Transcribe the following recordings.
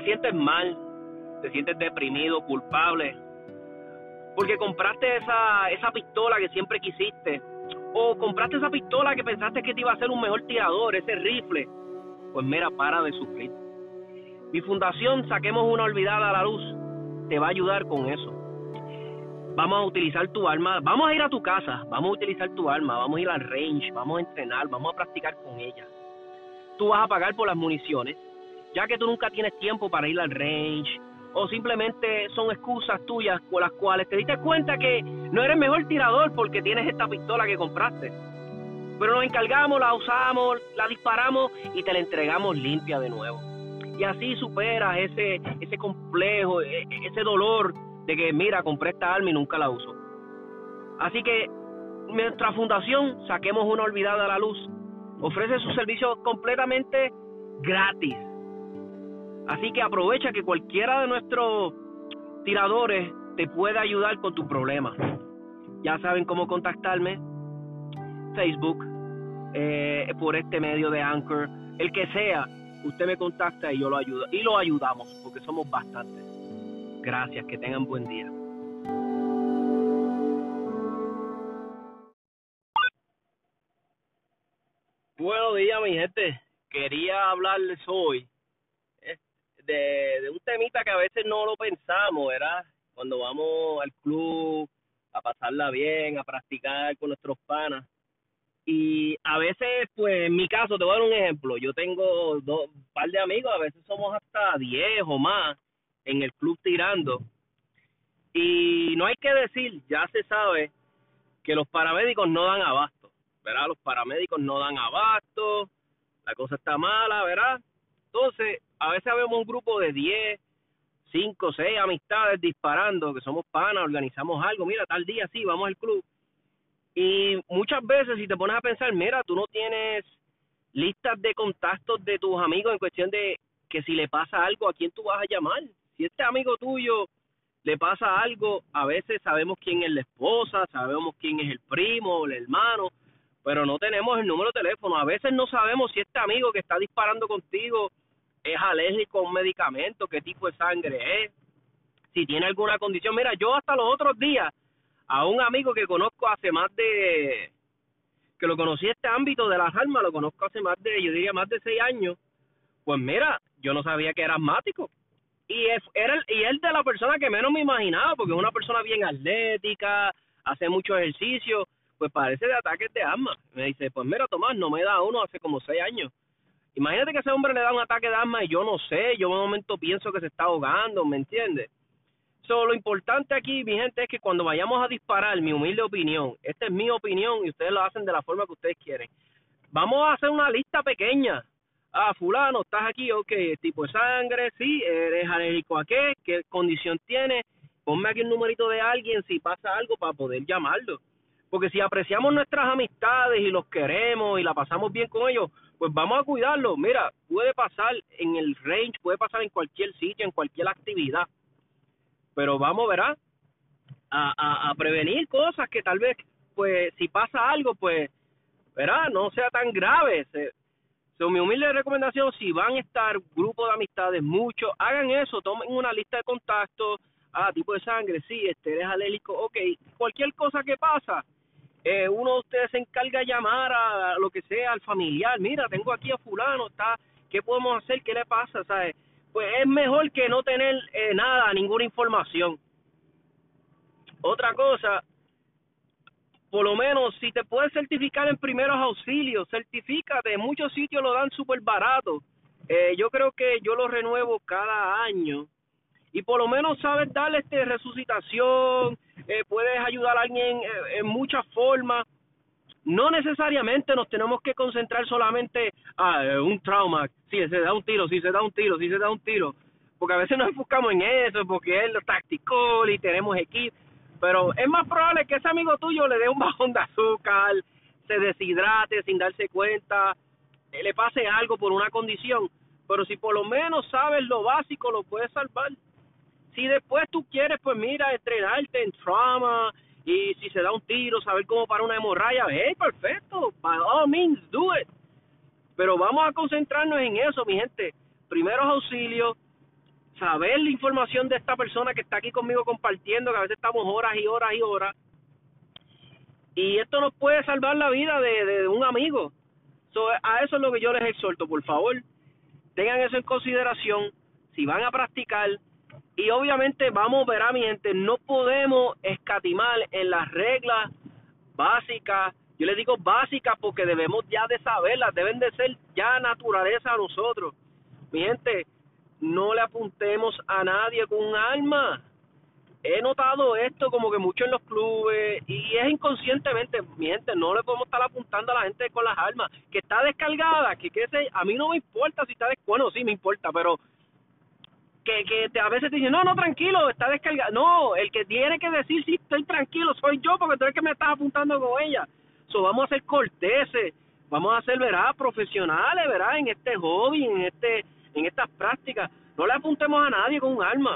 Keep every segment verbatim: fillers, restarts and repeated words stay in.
te sientes mal, te sientes deprimido, culpable, porque compraste esa, esa pistola que siempre quisiste, o compraste esa pistola que pensaste que te iba a hacer un mejor tirador, ese rifle, pues mira, para de sufrir. Mi fundación, Saquemos una Olvidada a la Luz, te va a ayudar con eso. Vamos a utilizar tu arma, vamos a ir a tu casa, vamos a utilizar tu arma, vamos a ir al range, vamos a entrenar, vamos a practicar con ella. Tú vas a pagar por las municiones, ya que tú nunca tienes tiempo para ir al range, o simplemente son excusas tuyas por las cuales te diste cuenta que no eres mejor tirador porque tienes esta pistola que compraste. Pero nos encargamos, la usamos, la disparamos y te la entregamos limpia de nuevo. Y así superas ese, ese complejo, ese dolor de que, mira, compré esta arma y nunca la uso. Así que nuestra fundación, Saquemos una Olvidada a la Luz, ofrece sus servicios completamente gratis. Así que aprovecha que cualquiera de nuestros tiradores te puede ayudar con tu problema. Ya saben cómo contactarme. Facebook, eh, por este medio de Anchor, el que sea, usted me contacta y yo lo ayudo. Y lo ayudamos, porque somos bastantes. Gracias, que tengan buen día. Buenos días, mi gente. Quería hablarles hoy de, de un temita que a veces no lo pensamos, ¿verdad? Cuando vamos al club a pasarla bien, a practicar con nuestros panas. Y a veces, pues en mi caso, te voy a dar un ejemplo. Yo tengo dos, un par de amigos, a veces somos hasta diez o más en el club tirando. Y no hay que decir, ya se sabe que los paramédicos no dan abasto, ¿verdad? Los paramédicos no dan abasto, la cosa está mala, ¿verdad? Entonces, a veces vemos un grupo de diez, cinco, seis amistades disparando, que somos panas, organizamos algo, mira, tal día sí, vamos al club. Y muchas veces, si te pones a pensar, mira, tú no tienes listas de contactos de tus amigos en cuestión de que si le pasa algo, ¿a quién tú vas a llamar? Si este amigo tuyo le pasa algo, a veces sabemos quién es la esposa, sabemos quién es el primo o el hermano, pero no tenemos el número de teléfono. A veces no sabemos si este amigo que está disparando contigo es alérgico a un medicamento, qué tipo de sangre es, si tiene alguna condición. Mira, yo hasta los otros días, a un amigo que conozco hace más de, que lo conocí este ámbito de las armas, lo conozco hace más de, yo diría más de seis años, pues mira, yo no sabía que era asmático. Y es, era el, y él de la persona que menos me imaginaba, porque es una persona bien atlética, hace mucho ejercicio, pues parece de ataques de asma. Me dice, pues mira, Tomás, no me da uno hace como seis años. Imagínate que ese hombre le da un ataque de asma y yo no sé, yo en un momento pienso que se está ahogando, ¿me entiendes? So, lo importante aquí, mi gente, es que cuando vayamos a disparar, mi humilde opinión, esta es mi opinión y ustedes lo hacen de la forma que ustedes quieren. Vamos a hacer una lista pequeña. Ah, fulano, estás aquí, ok, tipo de sangre, sí, eres alérgico a qué, qué condición tienes, ponme aquí un numerito de alguien si pasa algo para poder llamarlo. Porque si apreciamos nuestras amistades y los queremos y la pasamos bien con ellos, pues vamos a cuidarlos. Mira, puede pasar en el range, puede pasar en cualquier sitio, en cualquier actividad. Pero vamos, ¿verdad? A, a, a prevenir cosas que tal vez, pues, si pasa algo, pues, ¿verdad? No sea tan grave. Se, So, mi humilde recomendación, si van a estar grupos de amistades, muchos, hagan eso, tomen una lista de contactos, ah, tipo de sangre, sí, este, eres alérgico, ok, cualquier cosa que pasa, eh, uno de ustedes se encarga de llamar a lo que sea, al familiar, mira, tengo aquí a fulano, está, ¿qué podemos hacer? ¿Qué le pasa? ¿Sabes? Pues es mejor que no tener eh, nada, ninguna información. Otra cosa, por lo menos, si te puedes certificar en primeros auxilios, certifícate. Muchos sitios lo dan súper barato. Eh, yo creo que yo lo renuevo cada año. Y por lo menos sabes darle este resucitación, eh, puedes ayudar a alguien eh, en muchas formas. No necesariamente nos tenemos que concentrar solamente a eh, un trauma. Si se da un tiro, si se da un tiro, si se da un tiro. Porque a veces nos enfocamos en eso, porque es lo táctico y tenemos equipo. Pero es más probable que ese amigo tuyo le dé un bajón de azúcar, se deshidrate sin darse cuenta, eh, le pase algo por una condición. Pero si por lo menos sabes lo básico, lo puedes salvar. Si después tú quieres, pues mira, entrenarte en trauma y si se da un tiro, saber cómo para una hemorragia, hey, perfecto, by all means, do it. Pero vamos a concentrarnos en eso, mi gente. Primeros auxilios, saber la información de esta persona que está aquí conmigo compartiendo, que a veces estamos horas y horas y horas, y esto nos puede salvar la vida de, de, de un amigo. So, a eso es lo que yo les exhorto, por favor, tengan eso en consideración, si van a practicar, y obviamente vamos a ver a mi gente, no podemos escatimar en las reglas básicas, yo les digo básicas porque debemos ya de saberlas, deben de ser ya naturaleza a nosotros. Mi gente, no le apuntemos a nadie con un arma. He notado esto como que mucho en los clubes y es inconscientemente, mi gente, no le podemos estar apuntando a la gente con las armas, que está descargada, que qué sé, a mí no me importa si está des... bueno, sí me importa, pero que que te, a veces te dicen, no, no, tranquilo, está descargada. No, el que tiene que decir si estoy tranquilo soy yo, porque tú eres que me estás apuntando con ella. So, vamos a ser corteses, vamos a ser, verá, profesionales, verá, en este hobby, en este en estas prácticas. No le apuntemos a nadie con un arma.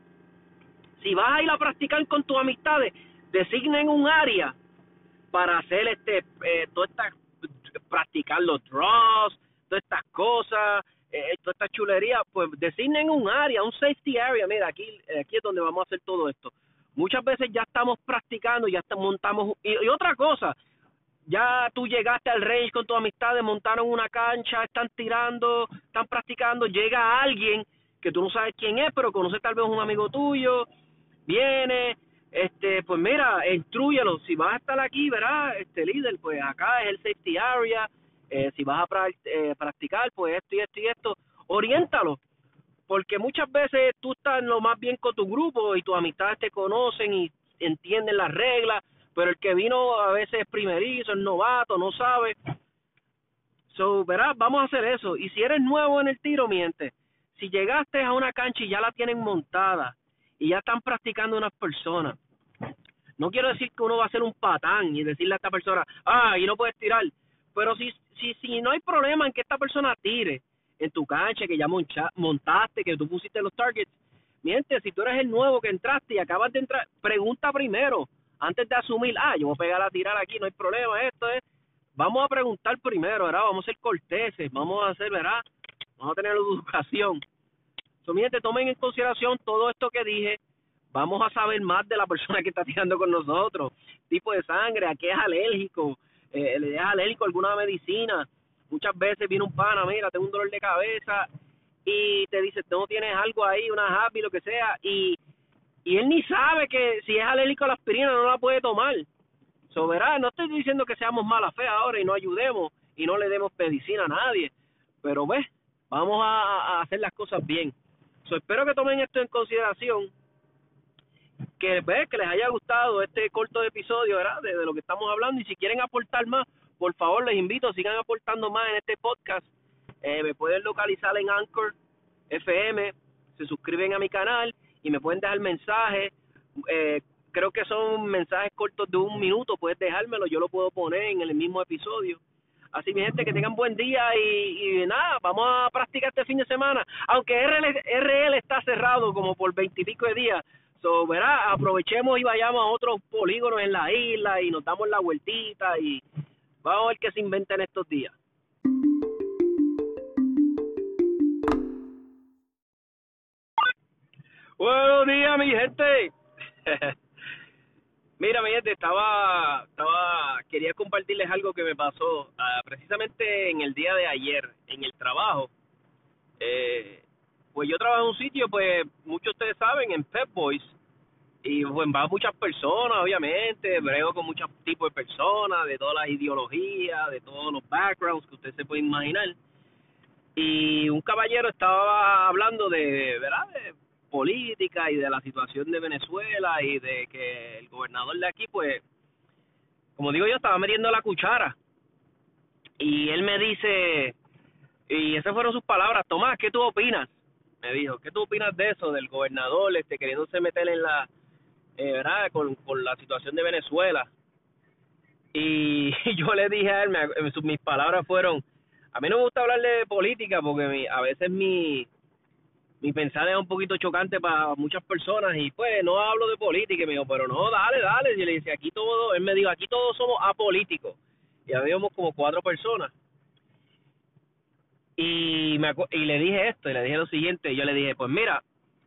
Si vas a ir a practicar con tus amistades, designen un área para hacer este eh, todas estas, practicar los draws, todas estas cosas, eh, toda esta chulería, pues designen un área, un safety area. Mira, aquí aquí es donde vamos a hacer todo esto. Muchas veces ya estamos practicando, ya estamos, montamos, y, y otra cosa, ya tú llegaste al range con tus amistades, montaron una cancha, están tirando, están practicando, llega alguien que tú no sabes quién es, pero conoce tal vez un amigo tuyo, viene, este, pues mira, instrúyelo, si vas a estar aquí, verás, este líder, pues acá es el safety area, eh, si vas a pra eh, practicar, pues esto y esto y esto, oriéntalo, porque muchas veces tú estás lo más bien con tu grupo y tus amistades te conocen y entienden las reglas, pero el que vino a veces es primerizo, es novato, no sabe. So, verás, vamos a hacer eso. Y si eres nuevo en el tiro, miente. Si llegaste a una cancha y ya la tienen montada y ya están practicando unas personas, no quiero decir que uno va a ser un patán y decirle a esta persona, ah, y no puedes tirar. Pero si, si, si no hay problema en que esta persona tire en tu cancha, que ya moncha, montaste, que tú pusiste los targets, miente, si tú eres el nuevo que entraste y acabas de entrar, pregunta primero, antes de asumir, ah, yo voy a pegar a tirar aquí, no hay problema, esto es, vamos a preguntar primero, ¿verdad? Vamos a ser corteses, vamos a hacer, ¿verdad? Vamos a tener educación. So, mi gente, tomen en consideración todo esto que dije, vamos a saber más de la persona que está tirando con nosotros, tipo de sangre, a qué es alérgico, eh, le es alérgico a alguna medicina. Muchas veces viene un pana, mira, tengo un dolor de cabeza, y te dice, no tienes algo ahí, una happy, lo que sea, y y él ni sabe que si es alérgico a la aspirina no la puede tomar. So, verá, no estoy diciendo que seamos mala fe ahora y no ayudemos y no le demos medicina a nadie, pero ves, vamos a, a hacer las cosas bien. So, espero que tomen esto en consideración, que ves que les haya gustado este corto episodio, ¿verdad? De, de lo que estamos hablando, y si quieren aportar más, por favor les invito, sigan aportando más en este podcast. Eh, me pueden localizar en Anchor F M, se suscriben a mi canal y me pueden dejar mensajes, eh, creo que son mensajes cortos de un minuto, puedes dejármelo, yo lo puedo poner en el mismo episodio. Así, mi gente, que tengan buen día y, y nada, vamos a practicar este fin de semana, aunque R L, R L está cerrado como por veintipico de días, so, verá, aprovechemos y vayamos a otros polígonos en la isla y nos damos la vueltita y vamos a ver qué se inventa en estos días. Buenos días, mi gente. Mira, mi gente, estaba, estaba, quería compartirles algo que me pasó uh, precisamente en el día de ayer, en el trabajo. Eh, pues yo trabajo en un sitio, pues muchos de ustedes saben, en Pep Boys, y pues van muchas personas, obviamente, brego con muchos tipos de personas, de todas las ideologías, de todos los backgrounds que ustedes se pueden imaginar. Y un caballero estaba hablando de, ¿verdad?, de política y de la situación de Venezuela y de que el gobernador de aquí, pues, como digo yo, estaba metiendo la cuchara. Y él me dice, y esas fueron sus palabras, Tomás, ¿qué tú opinas? Me dijo, ¿qué tú opinas de eso, del gobernador este queriéndose meter en la, eh, ¿verdad?, con, con la situación de Venezuela? Y yo le dije a él, me, mis palabras fueron, a mí no me gusta hablar de política porque mi, a veces mi mi pensar es un poquito chocante para muchas personas y pues no hablo de política. Y me dijo, pero no, dale, dale. Y le dice, aquí todo, él me dijo, aquí todos somos apolíticos. Y habíamos como cuatro personas. Y me y le dije esto, y le dije lo siguiente, yo le dije, pues mira,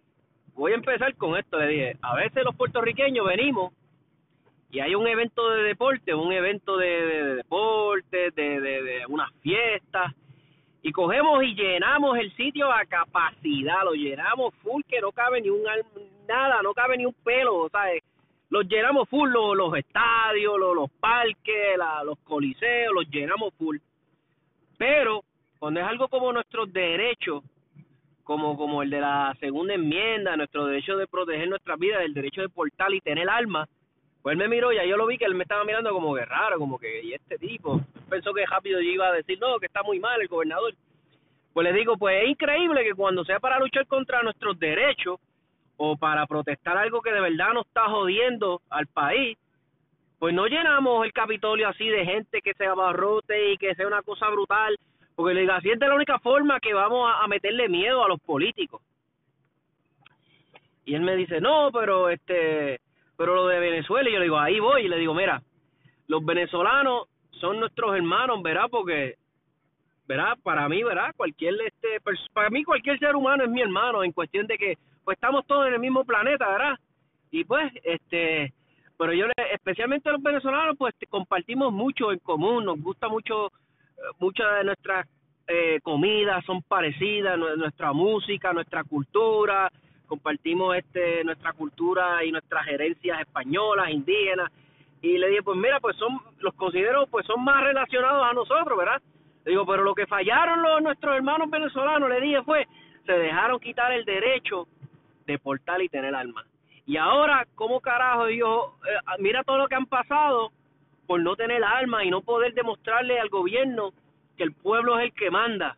voy a empezar con esto, le dije, a veces los puertorriqueños venimos y hay un evento de deporte, un evento de, de, de deporte, de, de, de unas fiestas, y cogemos y llenamos el sitio a capacidad, lo llenamos full, que no cabe ni un nada, no cabe ni un pelo, ¿sabes? Los llenamos full, los, los estadios, los, los parques, la, los coliseos, los llenamos full. Pero cuando es algo como nuestros derechos, como como el de la segunda enmienda, nuestro derecho de proteger nuestras vidas, el derecho de portar y tener armas, pues él me miró, ya yo lo vi que él me estaba mirando como que raro, como que, ¿y este tipo? Pensó que rápido yo iba a decir, no, que está muy mal el gobernador. Pues le digo, pues es increíble que cuando sea para luchar contra nuestros derechos o para protestar algo que de verdad nos está jodiendo al país, pues no llenamos el Capitolio así de gente que se abarrote y que sea una cosa brutal, porque le digo, así es de la única forma que vamos a, a meterle miedo a los políticos. Y él me dice, no, pero este... pero lo de Venezuela, y yo le digo, ahí voy, y le digo, mira, los venezolanos son nuestros hermanos, ¿verdad? Porque, ¿verdad? Para mí, ¿verdad? Cualquier, este, para mí cualquier ser humano es mi hermano, en cuestión de que, pues estamos todos en el mismo planeta, ¿verdad? Y pues, este, pero yo, especialmente los venezolanos, pues compartimos mucho en común, nos gusta mucho, muchas de nuestras eh, comidas son parecidas, nuestra música, nuestra cultura, compartimos este nuestra cultura y nuestras herencias españolas, indígenas, y le dije, pues mira, pues son, los considero, pues son más relacionados a nosotros, ¿verdad? Le digo, pero lo que fallaron los nuestros hermanos venezolanos, le dije, fue, se dejaron quitar el derecho de portar y tener armas. Y ahora, ¿cómo carajo ellos, eh, mira todo lo que han pasado por no tener armas y no poder demostrarle al gobierno que el pueblo es el que manda?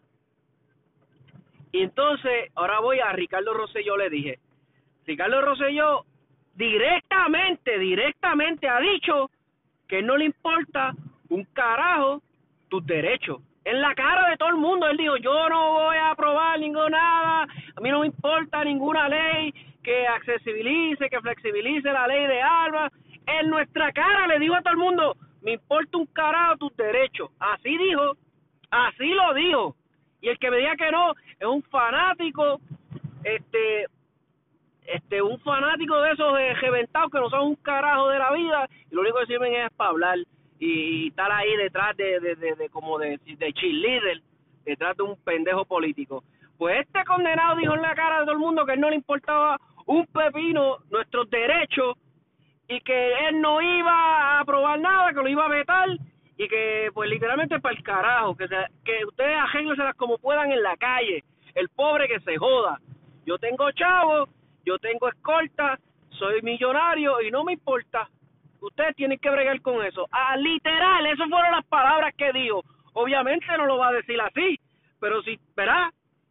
Y entonces, ahora voy a Ricardo Rosselló, le dije, Ricardo Rosselló directamente, directamente ha dicho que no le importa un carajo tus derechos. En la cara de todo el mundo, él dijo, yo no voy a aprobar ninguna nada, a mí no me importa ninguna ley que accesibilice, que flexibilice la ley de armas. En nuestra cara le dijo a todo el mundo, me importa un carajo tus derechos. Así dijo, así lo dijo. Y el que me diga que no es un fanático, este, este, un fanático de esos de reventados que no son un carajo de la vida y lo único que sirven es para hablar y, y estar ahí detrás de, de, de, de como de, de cheerleader, detrás de un pendejo político. Pues este condenado dijo en la cara de todo el mundo que él no le importaba un pepino nuestros derechos y que él no iba a aprobar nada, que lo iba a vetar. Y que, pues, literalmente para el carajo, que, se, que ustedes agénlenselas como puedan en la calle. El pobre que se joda. Yo tengo chavo, yo tengo escolta, soy millonario y no me importa. Ustedes tienen que bregar con eso. Ah, literal, esas fueron las palabras que dijo. Obviamente no lo va a decir así, pero sí, ¿verdad?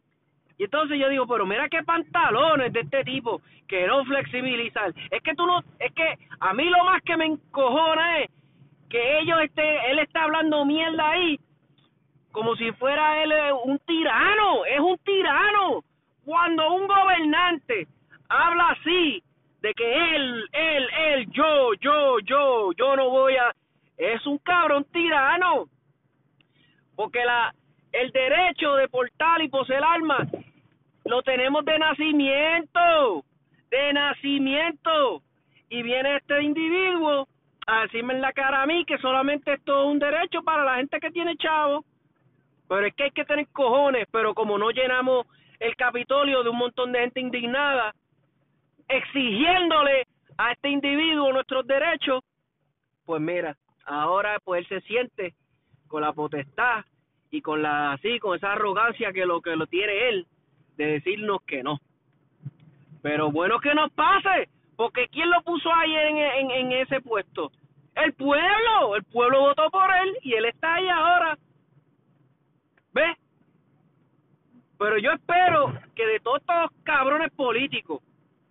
Y entonces yo digo, pero mira qué pantalones de este tipo, que no flexibilizar. Es que tú no, es que a mí lo más que me encojona es que ellos esté, él está hablando mierda ahí, como si fuera él un tirano, es un tirano. Cuando un gobernante habla así, de que él, él, él, yo, yo, yo, yo no voy a, es un cabrón tirano, porque la, el derecho de portar y poseer armas, lo tenemos de nacimiento, de nacimiento, y viene este individuo a decirme en la cara a mí que solamente esto es un derecho para la gente que tiene chavo. Pero es que hay que tener cojones, pero como no llenamos el Capitolio de un montón de gente indignada, exigiéndole a este individuo nuestros derechos, pues mira, ahora pues él se siente con la potestad y con la así, con esa arrogancia que lo que lo tiene él, de decirnos que no. Pero bueno que nos pase, porque ¿quién lo puso ahí en, en, en ese puesto? El pueblo, el pueblo votó por él y él está ahí ahora. ¿Ves? Pero yo espero que de todos estos cabrones políticos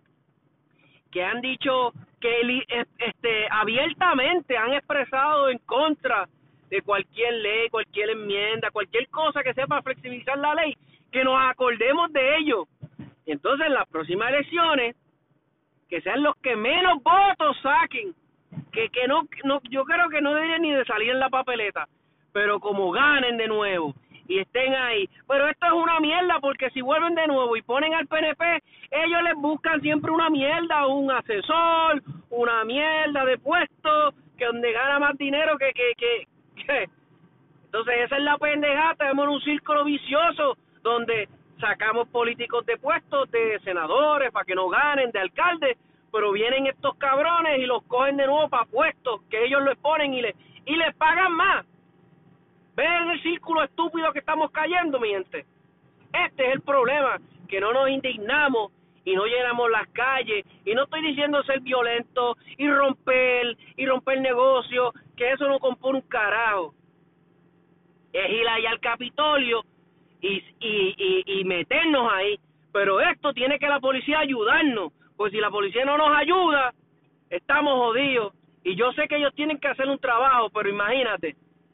que han dicho que este abiertamente han expresado en contra de cualquier ley, cualquier enmienda, cualquier cosa que sea para flexibilizar la ley, que nos acordemos de ello. Y entonces en las próximas elecciones, que sean los que menos votos saquen, que que no, no yo creo que no deberían ni de salir en la papeleta, pero como ganen de nuevo y estén ahí. Pero esto es una mierda, porque si vuelven de nuevo y ponen al P N P, ellos les buscan siempre una mierda, un asesor, una mierda de puesto, que donde gana más dinero que... que, que, que. Entonces esa es la pendejada, tenemos un círculo vicioso donde sacamos políticos de puestos, de senadores, para que no ganen, de alcaldes, pero vienen estos cabrones y los cogen de nuevo para puestos, que ellos les ponen y les, y les pagan más. ¿Ven el círculo estúpido que estamos cayendo, mi gente? Este es el problema, que no nos indignamos y no llenamos las calles. Y no estoy diciendo ser violento y romper, y romper negocios, que eso no compone un carajo. Es ir allá al Capitolio y, y, y, y meternos ahí. Pero esto tiene que la policía ayudarnos, pues si la policía no nos ayuda, estamos jodidos. Y yo sé que ellos tienen que hacer un trabajo, pero imagínate.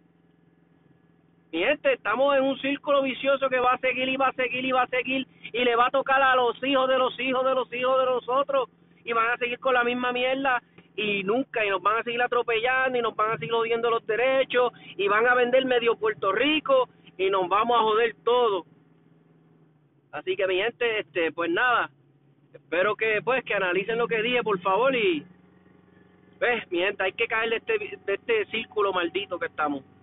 Mi gente, estamos en un círculo vicioso que va a seguir y va a seguir y va a seguir y le va a tocar a los hijos de los hijos de los hijos de nosotros y van a seguir con la misma mierda y nunca, y nos van a seguir atropellando y nos van a seguir jodiendo los derechos y van a vender medio Puerto Rico y nos vamos a joder todo. Así que mi gente, este, pues nada, espero que pues que analicen lo que dije, por favor, y ves, mi gente, hay que caer de este, de este círculo maldito que estamos.